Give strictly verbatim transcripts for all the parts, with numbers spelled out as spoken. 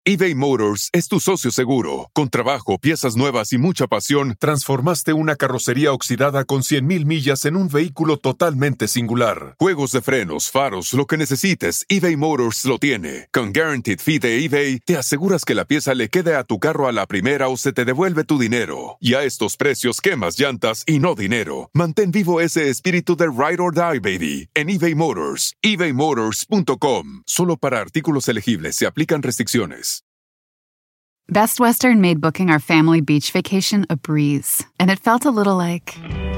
eBay Motors es tu socio seguro. Con trabajo, piezas nuevas y mucha pasión, transformaste una carrocería oxidada con cien mil millas en un vehículo totalmente singular. Juegos de frenos, faros, lo que necesites, eBay Motors lo tiene. Con Guaranteed Fee de eBay, te aseguras que la pieza le quede a tu carro a la primera o se te devuelve tu dinero. Y a estos precios, quemas llantas y no dinero. Mantén vivo ese espíritu de Ride or Die, baby, en eBay Motors. ebay motors punto com. Solo para artículos elegibles se aplican restricciones. Best Western made booking our family beach vacation a breeze, and it felt a little like...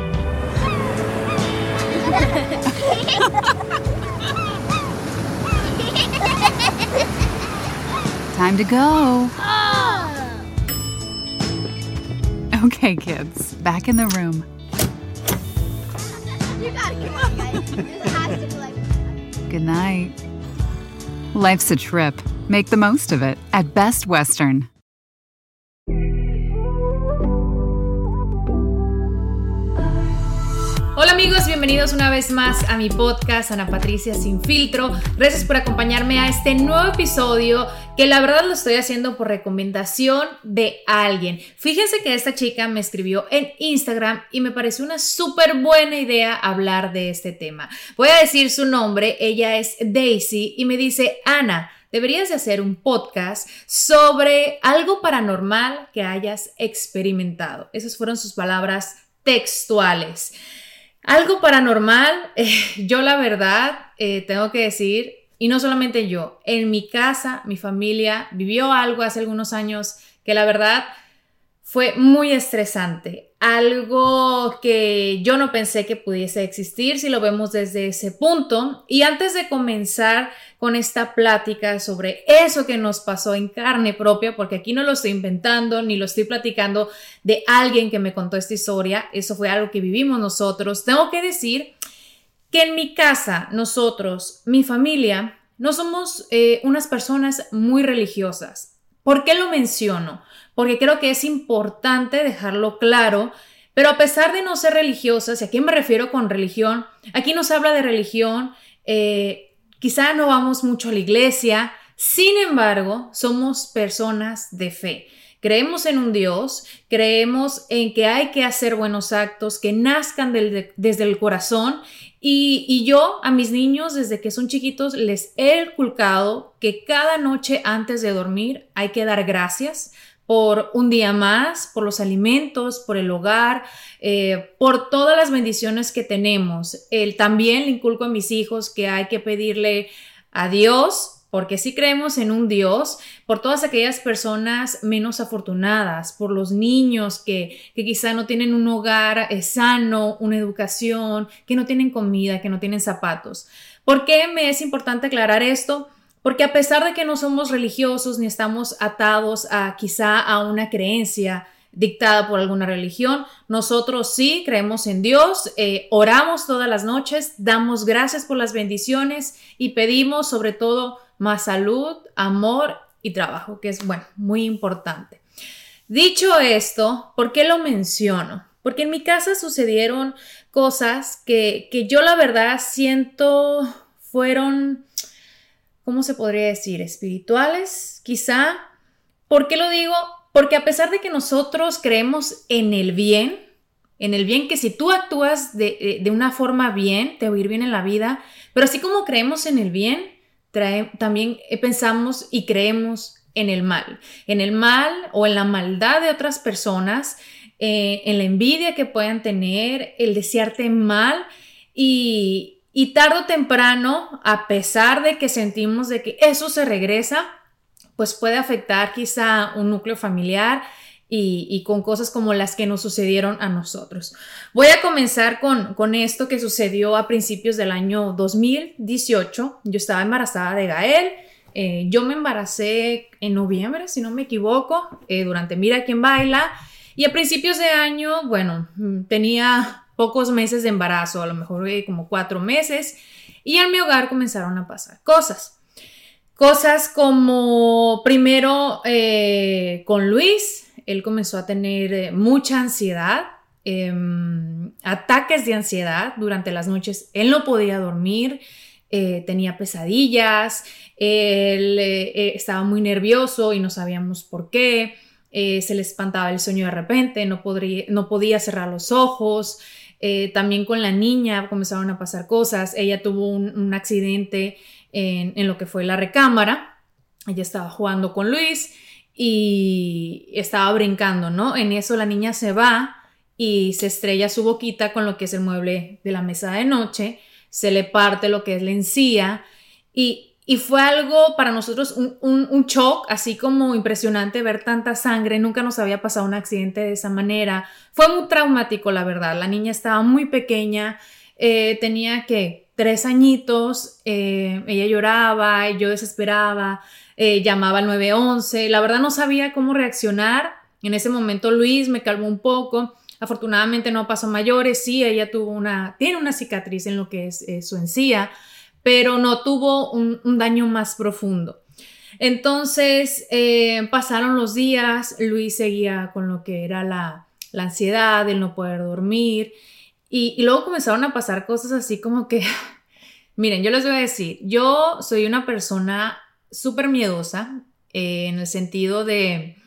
Time to go. Okay, kids, back in the room. You gotta come on, guys. This has to be like... Good night. Life's a trip. Make the most of it at Best Western. Hola amigos, bienvenidos una vez más a mi podcast Ana Patricia Sin Filtro. Gracias por acompañarme a este nuevo episodio que la verdad lo estoy haciendo por recomendación de alguien. Fíjense que esta chica me escribió en Instagram y me pareció una súper buena idea hablar de este tema. Voy a decir su nombre, ella es Daisy y me dice: Ana, deberías de hacer un podcast sobre algo paranormal que hayas experimentado. Esas fueron sus palabras textuales. Algo paranormal, eh, yo la verdad eh, tengo que decir, y no solamente yo, en mi casa, mi familia vivió algo hace algunos años que la verdad fue muy estresante. Algo que yo no pensé que pudiese existir si lo vemos desde ese punto. Y antes de comenzar con esta plática sobre eso que nos pasó en carne propia, porque aquí no lo estoy inventando ni lo estoy platicando de alguien que me contó esta historia, eso fue algo que vivimos nosotros. Tengo que decir que en mi casa, nosotros, mi familia, no somos eh, unas personas muy religiosas. ¿Por qué lo menciono? Porque creo que es importante dejarlo claro, pero a pesar de no ser religiosas, ¿y a qué me refiero con religión? Aquí no se habla de religión, eh, quizá no vamos mucho a la iglesia, sin embargo, somos personas de fe. Creemos en un Dios, creemos en que hay que hacer buenos actos que nazcan del, desde el corazón y, y yo a mis niños desde que son chiquitos les he inculcado que cada noche antes de dormir hay que dar gracias por un día más, por los alimentos, por el hogar, eh, por todas las bendiciones que tenemos. El, también le inculco a mis hijos que hay que pedirle a Dios, porque sí creemos en un Dios, por todas aquellas personas menos afortunadas, por los niños que, que quizá no tienen un hogar eh, sano, una educación, que no tienen comida, que no tienen zapatos. ¿Por qué me es importante aclarar esto? Porque a pesar de que no somos religiosos ni estamos atados a quizá a una creencia dictada por alguna religión, nosotros sí creemos en Dios, eh, oramos todas las noches, damos gracias por las bendiciones y pedimos sobre todo más salud, amor y trabajo, que es, bueno, muy importante. Dicho esto, ¿por qué lo menciono? Porque en mi casa sucedieron cosas que, que yo la verdad siento fueron... ¿cómo se podría decir? Espirituales, quizá. ¿Por qué lo digo? Porque a pesar de que nosotros creemos en el bien, en el bien que si tú actúas de, de una forma bien, te va a ir bien en la vida, pero así como creemos en el bien, trae, también pensamos y creemos en el mal. En el mal o en la maldad de otras personas, eh, en la envidia que puedan tener, el desearte mal y... Y tarde o temprano, a pesar de que sentimos de que eso se regresa, pues puede afectar quizá un núcleo familiar y, y con cosas como las que nos sucedieron a nosotros. Voy a comenzar con, con esto que sucedió a principios del año dos mil dieciocho. Yo estaba embarazada de Gael. Eh, yo me embaracé en noviembre, si no me equivoco, eh, durante Mira Quién Baila. Y a principios de año, bueno, tenía... pocos meses de embarazo, a lo mejor eh, como cuatro meses, y en mi hogar comenzaron a pasar cosas. Cosas como, primero eh, con Luis, él comenzó a tener eh, mucha ansiedad, eh, ataques de ansiedad durante las noches, él no podía dormir, eh, tenía pesadillas, él eh, estaba muy nervioso y no sabíamos por qué, eh, se le espantaba el sueño de repente, no, podría, no podía cerrar los ojos. Eh, también con la niña comenzaron a pasar cosas. Ella tuvo un, un accidente en, en lo que fue la recámara. Ella estaba jugando con Luis y estaba brincando, ¿no? En eso la niña se va y se estrella su boquita con lo que es el mueble de la mesa de noche, se le parte lo que es la encía y, y fue algo para nosotros un, un, un shock, así como impresionante ver tanta sangre. Nunca nos había pasado un accidente de esa manera. Fue muy traumático, la verdad. La niña estaba muy pequeña, eh, tenía que tres añitos, eh, ella lloraba y yo desesperaba, eh, llamaba al nueve once. La verdad no sabía cómo reaccionar. En ese momento Luis me calmó un poco. Afortunadamente no pasó mayores. Sí, ella tuvo una, tiene una cicatriz en lo que es eh, su encía, pero no tuvo un, un daño más profundo. Entonces eh, pasaron los días, Luis seguía con lo que era la, la ansiedad, el no poder dormir y, y luego comenzaron a pasar cosas así como que, miren, yo les voy a decir, yo soy una persona súper miedosa eh, en el sentido de,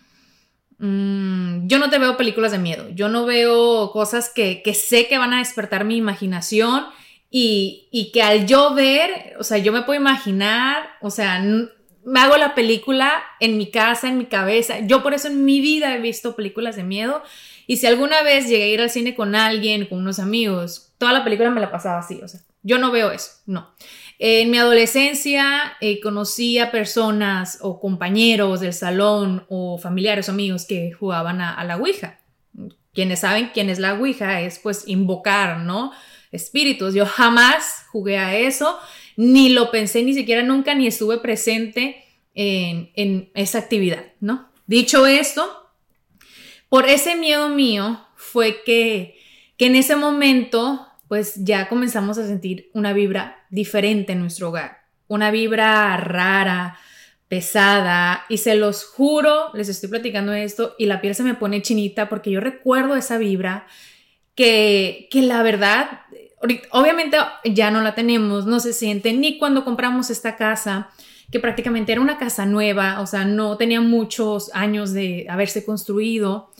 mmm, yo no te veo películas de miedo, yo no veo cosas que, que sé que van a despertar mi imaginación. Y, y que al yo ver, o sea, yo me puedo imaginar, o sea, n- me hago la película en mi casa, en mi cabeza. Yo por eso en mi vida he visto películas de miedo. Y si alguna vez llegué a ir al cine con alguien, con unos amigos, toda la película me la pasaba así, o sea, yo no veo eso, no. En mi adolescencia eh, conocí a personas o compañeros del salón o familiares o amigos que jugaban a, a la Ouija. Quienes saben quién es la Ouija es pues invocar, ¿no? Espíritus. Yo jamás jugué a eso, ni lo pensé ni siquiera nunca, ni estuve presente en, en esa actividad, ¿no? Dicho esto, por ese miedo mío fue que, que en ese momento pues ya comenzamos a sentir una vibra diferente en nuestro hogar, una vibra rara, pesada, y se los juro, les estoy platicando esto y la piel se me pone chinita porque yo recuerdo esa vibra que, que la verdad, obviamente ya no la tenemos, no se siente ni cuando compramos esta casa, que prácticamente era una casa nueva, o sea, no tenía muchos años de haberse construido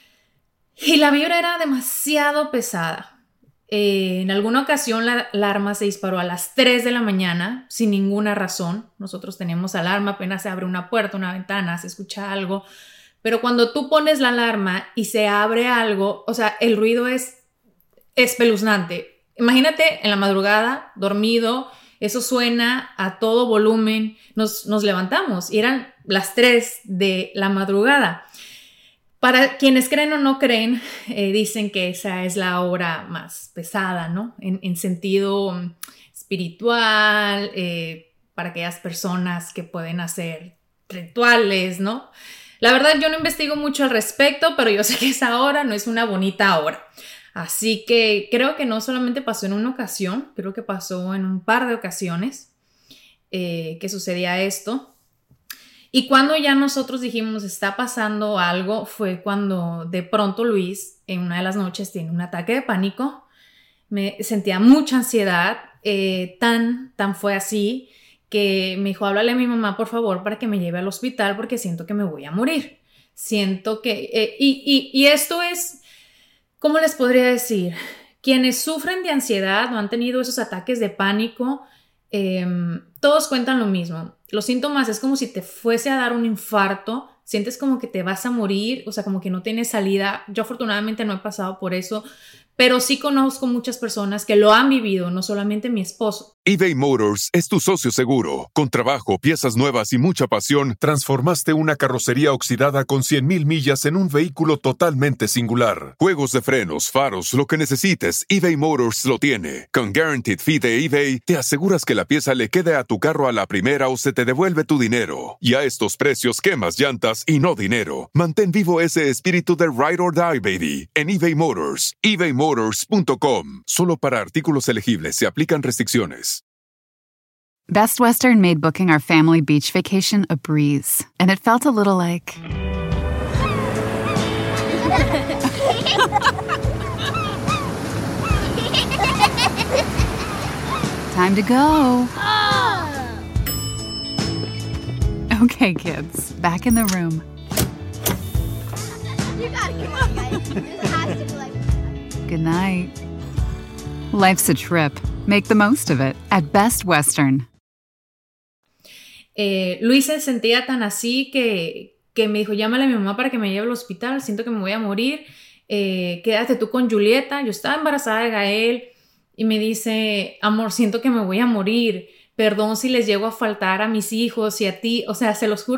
y la vibra era demasiado pesada. Eh, en alguna ocasión la alarma se disparó a las tres de la mañana sin ninguna razón. Nosotros tenemos alarma, apenas se abre una puerta, una ventana, se escucha algo. Pero cuando tú pones la alarma y se abre algo, o sea, el ruido es espeluznante. Imagínate en la madrugada, dormido, eso suena a todo volumen. Nos, nos levantamos y eran las tres de la madrugada. Para quienes creen o no creen, eh, dicen que esa es la hora más pesada, ¿no? En, en sentido espiritual, eh, para aquellas personas que pueden hacer rituales, ¿no? La verdad yo no investigo mucho al respecto, pero yo sé que esa hora no es una bonita hora. Así que creo que no solamente pasó en una ocasión, creo que pasó en un par de ocasiones eh, que sucedía esto. Y cuando ya nosotros dijimos está pasando algo, fue cuando de pronto Luis en una de las noches tiene un ataque de pánico. Me sentía mucha ansiedad, eh, tan, tan fue así que me dijo, háblale a mi mamá por favor para que me lleve al hospital porque siento que me voy a morir. Siento que... Eh, y, y, y esto es, ¿cómo les podría decir? Quienes sufren de ansiedad o han tenido esos ataques de pánico, eh, todos cuentan lo mismo. Los síntomas es como si te fuese a dar un infarto, sientes como que te vas a morir, o sea, como que no tienes salida. Yo afortunadamente no he pasado por eso, pero sí conozco muchas personas que lo han vivido, no solamente mi esposo. eBay Motors es tu socio seguro. Con trabajo, piezas nuevas y mucha pasión, transformaste una carrocería oxidada con cien mil millas en un vehículo totalmente singular. Juegos de frenos, faros, lo que necesites, eBay Motors lo tiene. Con Guaranteed Fee de eBay, te aseguras que la pieza le quede a tu carro a la primera o se te devuelve tu dinero. Y a estos precios, quemas llantas y no dinero. Mantén vivo ese espíritu de Ride or Die, baby, en eBay Motors. ebay motors punto com. Solo para artículos elegibles se aplican restricciones. Best Western made booking our family beach vacation a breeze, and it felt a little like... Time to go. Okay, kids, back in the room. You gotta come on, guys. This has to be like. Good night. Life's a trip. Make the most of it at Best Western. Eh, Luis se sentía tan así que, que me dijo, llámale a mi mamá para que me lleve al hospital, siento que me voy a morir, eh, quédate tú con Julieta. Yo estaba embarazada de Gael y me dice, amor, siento que me voy a morir, perdón si les llego a faltar a mis hijos y a ti, o sea, se los juro,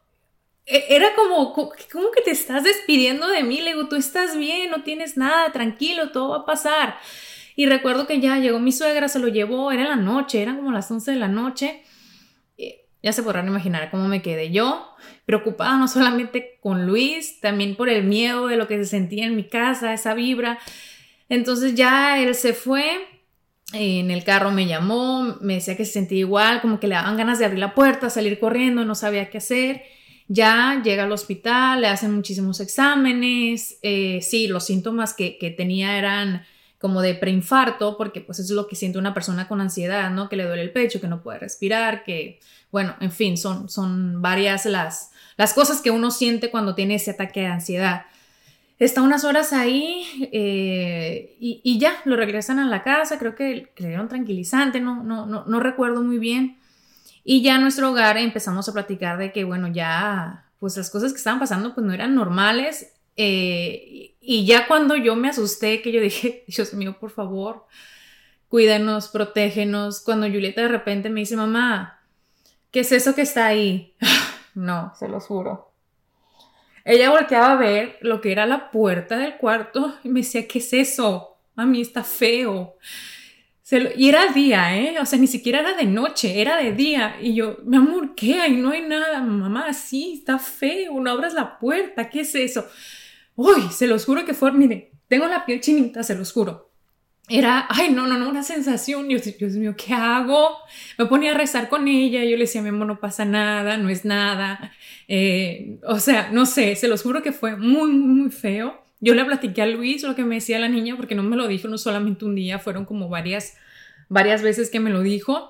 era como, como que te estás despidiendo de mí. Le digo, tú estás bien, no tienes nada, tranquilo, todo va a pasar. Y recuerdo que ya llegó mi suegra, se lo llevó, era en la noche, eran como las once de la noche. Ya se podrán imaginar cómo me quedé yo, preocupada no solamente con Luis, también por el miedo de lo que se sentía en mi casa, esa vibra. Entonces ya él se fue, en el carro me llamó, me decía que se sentía igual, como que le daban ganas de abrir la puerta, salir corriendo, no sabía qué hacer. Ya llega al hospital, le hacen muchísimos exámenes, eh, sí, los síntomas que, que tenía eran como de preinfarto, porque pues eso es lo que siente una persona con ansiedad, ¿no? Que le duele el pecho, que no puede respirar, que, bueno, en fin, son, son varias las, las cosas que uno siente cuando tiene ese ataque de ansiedad. Está unas horas ahí eh, y, y ya, lo regresan a la casa, creo que, que le dieron tranquilizante, no, no, no, no recuerdo muy bien. Y ya en nuestro hogar empezamos a platicar de que, bueno, ya, pues las cosas que estaban pasando pues no eran normales. Eh, y ya cuando yo me asusté, que yo dije, Dios mío, por favor, cuídanos, protégenos. Cuando Julieta de repente me dice, mamá, ¿qué es eso que está ahí? No, se los juro. Ella volteaba a ver lo que era la puerta del cuarto y me decía, ¿qué es eso? Mami, está feo. Se lo, y era día, ¿eh? O sea, ni siquiera era de noche, era de día. Y yo, mi amor, ¿qué? Ahí no hay nada. Mamá, sí, está feo, no abras la puerta, ¿qué es eso? Uy, se los juro que fue, mire, tengo la piel chinita, se los juro. Era, ay, no, no, no, una sensación. Yo, Dios mío, ¿qué hago? Me ponía a rezar con ella. Yo le decía, mi amor, no pasa nada, no es nada. Eh, o sea, no sé, se los juro que fue muy, muy, muy feo. Yo le platiqué a Luis lo que me decía la niña, porque no me lo dijo no solamente un día, fueron como varias, varias veces que me lo dijo.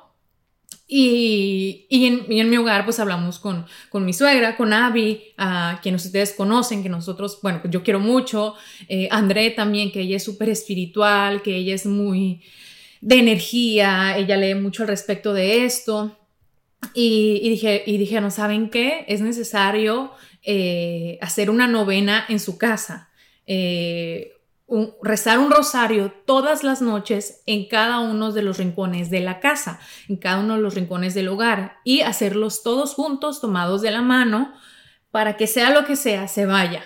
Y, y, en, y en mi hogar pues hablamos con, con mi suegra, con Abby, a quienes ustedes conocen, que nosotros, bueno, pues yo quiero mucho, eh, André también, que ella es súper espiritual, que ella es muy de energía, ella lee mucho al respecto de esto. Y, y, dije, y dije, ¿no saben qué? Es necesario eh, hacer una novena en su casa. Eh, un, rezar un rosario todas las noches en cada uno de los rincones de la casa, en cada uno de los rincones del hogar y hacerlos todos juntos, tomados de la mano, para que sea lo que sea, se vaya.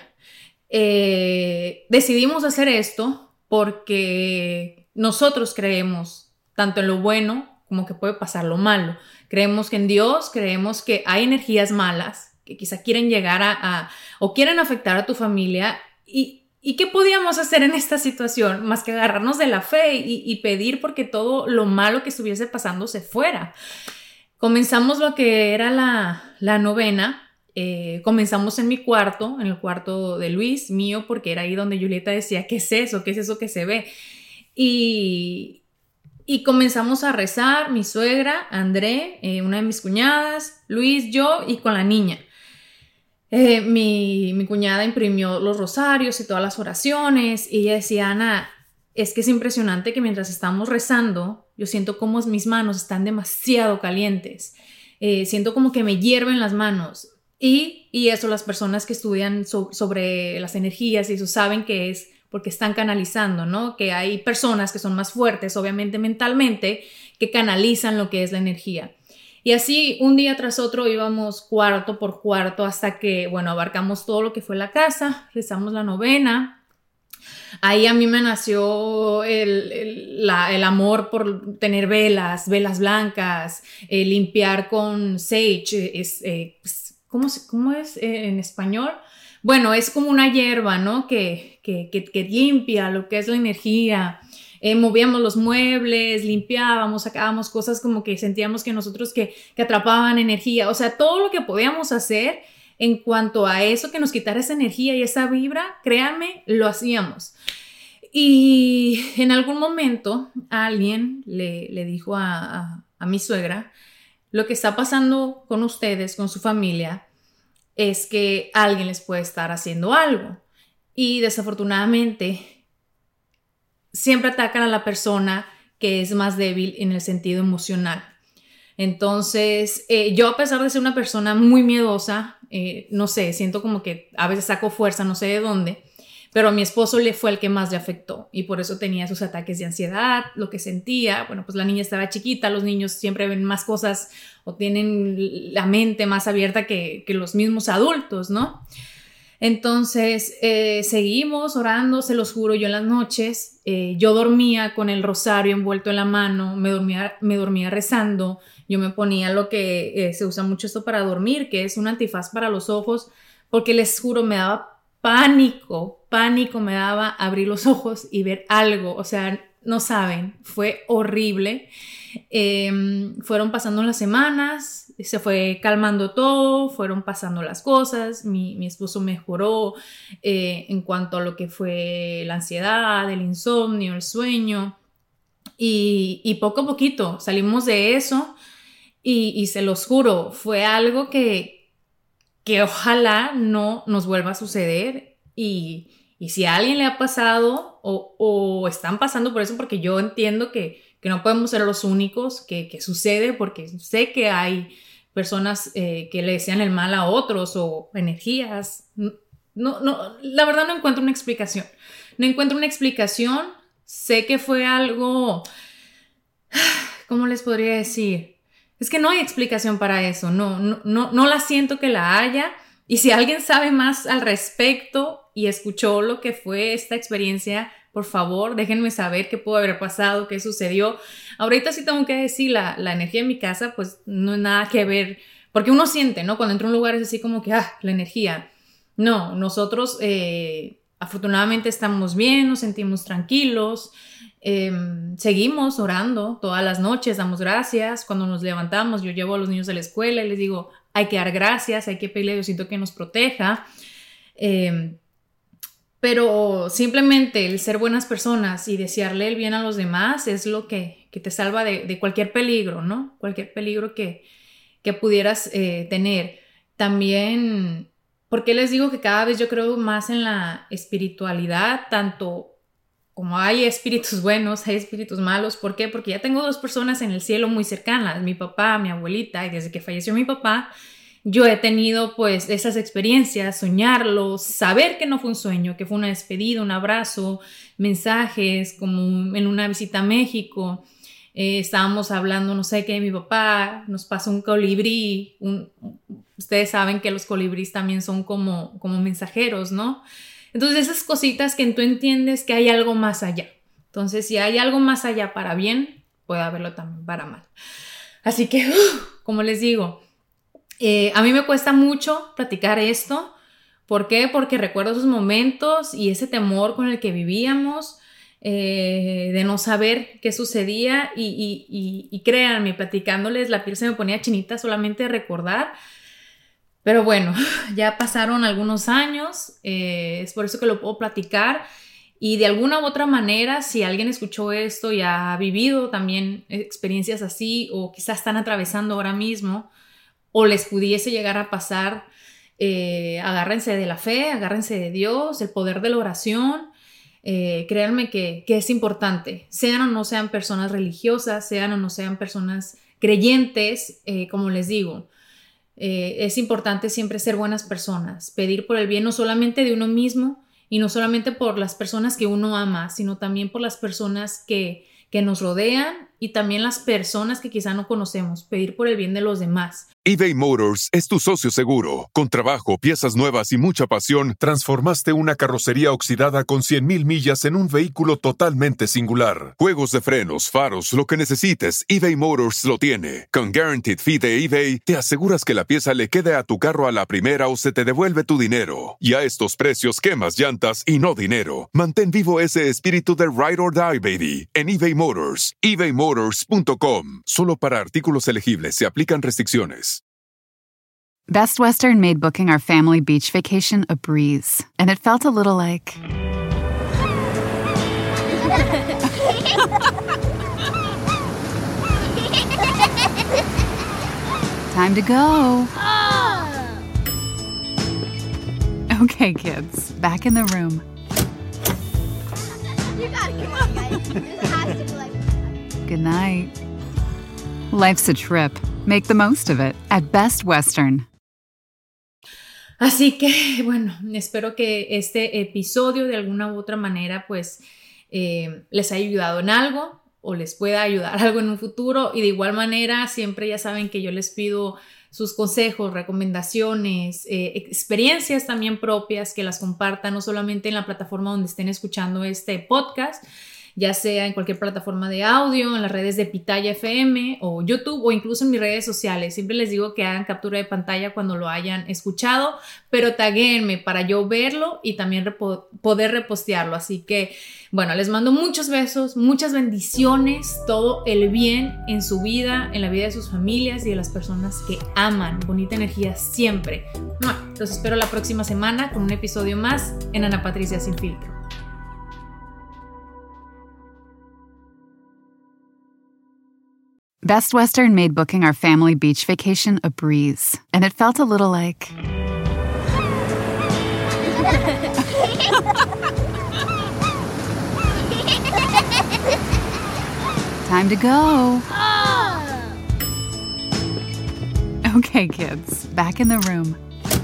Eh, decidimos hacer esto porque nosotros creemos tanto en lo bueno como que puede pasar lo malo. Creemos que en Dios, creemos que hay energías malas que quizá quieren llegar a, a o quieren afectar a tu familia. Y, ¿y qué podíamos hacer en esta situación? Más que agarrarnos de la fe y, y pedir porque todo lo malo que estuviese pasando se fuera. Comenzamos lo que era la, la novena. Eh, comenzamos en mi cuarto, en el cuarto de Luis, mío, porque era ahí donde Julieta decía, ¿qué es eso? ¿Qué es eso que se ve? Y... Y comenzamos a rezar, mi suegra, André, eh, una de mis cuñadas, Luis, yo y con la niña. Eh, mi, mi cuñada imprimió los rosarios y todas las oraciones y ella decía, Ana, es que es impresionante que mientras estamos rezando, yo siento como mis manos están demasiado calientes. Eh, siento como que me hierven las manos. Y, y eso las personas que estudian so, sobre las energías y eso saben que es porque están canalizando, ¿no? Que hay personas que son más fuertes, obviamente mentalmente, que canalizan lo que es la energía. Y así, un día tras otro, íbamos cuarto por cuarto hasta que, bueno, abarcamos todo lo que fue la casa, rezamos la novena. Ahí a mí me nació el, el, la, el amor por tener velas, velas blancas, eh, limpiar con sage, es, eh, ¿cómo, ¿cómo es en español? Bueno, es como una hierba, ¿no? Que, que, que, que limpia lo que es la energía. Eh, movíamos los muebles, limpiábamos, sacábamos cosas como que sentíamos que nosotros que, que atrapaban energía. O sea, todo lo que podíamos hacer en cuanto a eso, que nos quitara esa energía y esa vibra, créanme, lo hacíamos. Y en algún momento alguien le, le dijo a, a, a mi suegra, lo que está pasando con ustedes, con su familia, es que alguien les puede estar haciendo algo. Y desafortunadamente siempre atacan a la persona que es más débil en el sentido emocional. Entonces, eh, yo a pesar de ser una persona muy miedosa, eh, no sé, siento como que a veces saco fuerza, no sé de dónde, pero a mi esposo le fue el que más le afectó y por eso tenía sus ataques de ansiedad, lo que sentía. Bueno, pues la niña estaba chiquita, los niños siempre ven más cosas o tienen la mente más abierta que, que los mismos adultos, ¿no? Entonces, eh, seguimos orando, se los juro, yo en las noches, eh, yo dormía con el rosario envuelto en la mano, me dormía, me dormía rezando, yo me ponía lo que eh, se usa mucho esto para dormir, que es un antifaz para los ojos, porque les juro, me daba pánico, pánico me daba abrir los ojos y ver algo, o sea, no saben, fue horrible. Eh, fueron pasando las semanas, se fue calmando todo, fueron pasando las cosas, mi, mi esposo mejoró eh, en cuanto a lo que fue la ansiedad, el insomnio, el sueño y, y poco a poquito salimos de eso y, y se los juro, fue algo que, que ojalá no nos vuelva a suceder y, y si a alguien le ha pasado o, o están pasando por eso, porque yo entiendo que que no podemos ser los únicos que, que sucede, porque sé que hay personas eh, que le desean el mal a otros o energías. No, no, la verdad no encuentro una explicación. No encuentro una explicación. Sé que fue algo... ¿Cómo les podría decir? Es que no hay explicación para eso. No, no, no, no la siento que la haya. Y si alguien sabe más al respecto y escuchó lo que fue esta experiencia, por favor, déjenme saber qué pudo haber pasado, qué sucedió. Ahorita sí tengo que decir, la, la energía en mi casa, pues no es nada que ver, porque uno siente, ¿no? Cuando entra a un lugar es así como que, ah, la energía. No, nosotros eh, afortunadamente estamos bien, nos sentimos tranquilos, eh, seguimos orando todas las noches, damos gracias. Cuando nos levantamos, yo llevo a los niños a la escuela y les digo, hay que dar gracias, hay que pedirle a Diosito que nos proteja. Eh, Pero simplemente el ser buenas personas y desearle el bien a los demás es lo que, que te salva de, de cualquier peligro, ¿no? Cualquier peligro que, que pudieras eh, tener. También, ¿por qué les digo que cada vez yo creo más en la espiritualidad? Tanto como hay espíritus buenos, hay espíritus malos. ¿Por qué? Porque ya tengo dos personas en el cielo muy cercanas, mi papá, mi abuelita, y desde que falleció mi papá, yo he tenido pues esas experiencias, soñarlo, saber que no fue un sueño, que fue una despedida, un abrazo, mensajes, como en una visita a México. Eh, estábamos hablando, no sé qué, de mi papá, nos pasó un colibrí. Un, ustedes saben que los colibríes también son como, como mensajeros, ¿no? Entonces esas cositas que tú entiendes que hay algo más allá. Entonces si hay algo más allá para bien, puede haberlo también para mal. Así que, uh, como les digo, Eh, a mí me cuesta mucho platicar esto. ¿Por qué? Porque recuerdo esos momentos y ese temor con el que vivíamos, eh, de no saber qué sucedía y, y, y, y créanme, platicándoles la piel se me ponía chinita solamente de recordar. Pero bueno, ya pasaron algunos años, eh, es por eso que lo puedo platicar y de alguna u otra manera, si alguien escuchó esto y ha vivido también experiencias así o quizás están atravesando ahora mismo, o les pudiese llegar a pasar, eh, agárrense de la fe, agárrense de Dios, el poder de la oración. Eh, créanme que, que es importante, sean o no sean personas religiosas, sean o no sean personas creyentes, eh, como les digo, eh, es importante siempre ser buenas personas, pedir por el bien no solamente de uno mismo y no solamente por las personas que uno ama, sino también por las personas que, que nos rodean y también las personas que quizá no conocemos, pedir por el bien de los demás. eBay Motors es tu socio seguro. Con trabajo, piezas nuevas y mucha pasión, transformaste una carrocería oxidada con cien mil millas en un vehículo totalmente singular. Juegos de frenos, faros, lo que necesites, eBay Motors lo tiene. Con Guaranteed Fee de eBay, te aseguras que la pieza le quede a tu carro a la primera o se te devuelve tu dinero. Y a estos precios, quemas llantas y no dinero. Mantén vivo ese espíritu de Ride or Die, baby, en eBay Motors. ebay motors punto com. Solo para artículos elegibles se aplican restricciones. Best Western made booking our family beach vacation a breeze, and it felt a little like... Time to go. Okay, kids, back in the room. You gotta come on, guys. This has to be like. Good night. Life's a trip. Make the most of it at Best Western. Así que, bueno, espero que este episodio de alguna u otra manera pues eh, les haya ayudado en algo o les pueda ayudar algo en un futuro, y de igual manera siempre ya saben que yo les pido sus consejos, recomendaciones, eh, experiencias también propias, que las compartan no solamente en la plataforma donde estén escuchando este podcast, ya sea en cualquier plataforma de audio, en las redes de Pitaya F M o YouTube, o incluso en mis redes sociales. Siempre les digo que hagan captura de pantalla cuando lo hayan escuchado, pero taguéenme para yo verlo y también repo- poder repostearlo. Así que, bueno, les mando muchos besos, muchas bendiciones, todo el bien en su vida, en la vida de sus familias y de las personas que aman. Bonita energía siempre. Los espero la próxima semana con un episodio más en Ana Patricia Sin Filtro. Best Western made booking our family beach vacation a breeze, and it felt a little like... Time to go. Okay, kids, back in the room.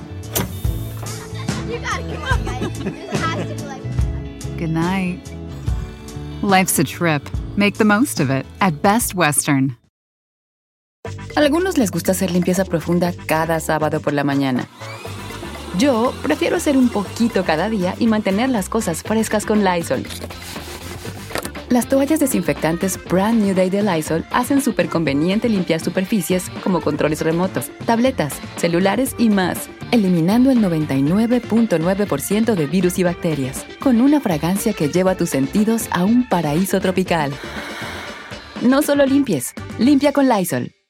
You gotta come on, guys. This has to be like. Good night. Life's a trip. Make the most of it at Best Western. A algunos les gusta hacer limpieza profunda cada sábado por la mañana. Yo prefiero hacer un poquito cada día y mantener las cosas frescas con Lysol. Las toallas desinfectantes Brand New Day de Lysol hacen súper conveniente limpiar superficies como controles remotos, tabletas, celulares y más, eliminando el noventa y nueve punto nueve por ciento de virus y bacterias, con una fragancia que lleva tus sentidos a un paraíso tropical. No solo limpies, limpia con Lysol.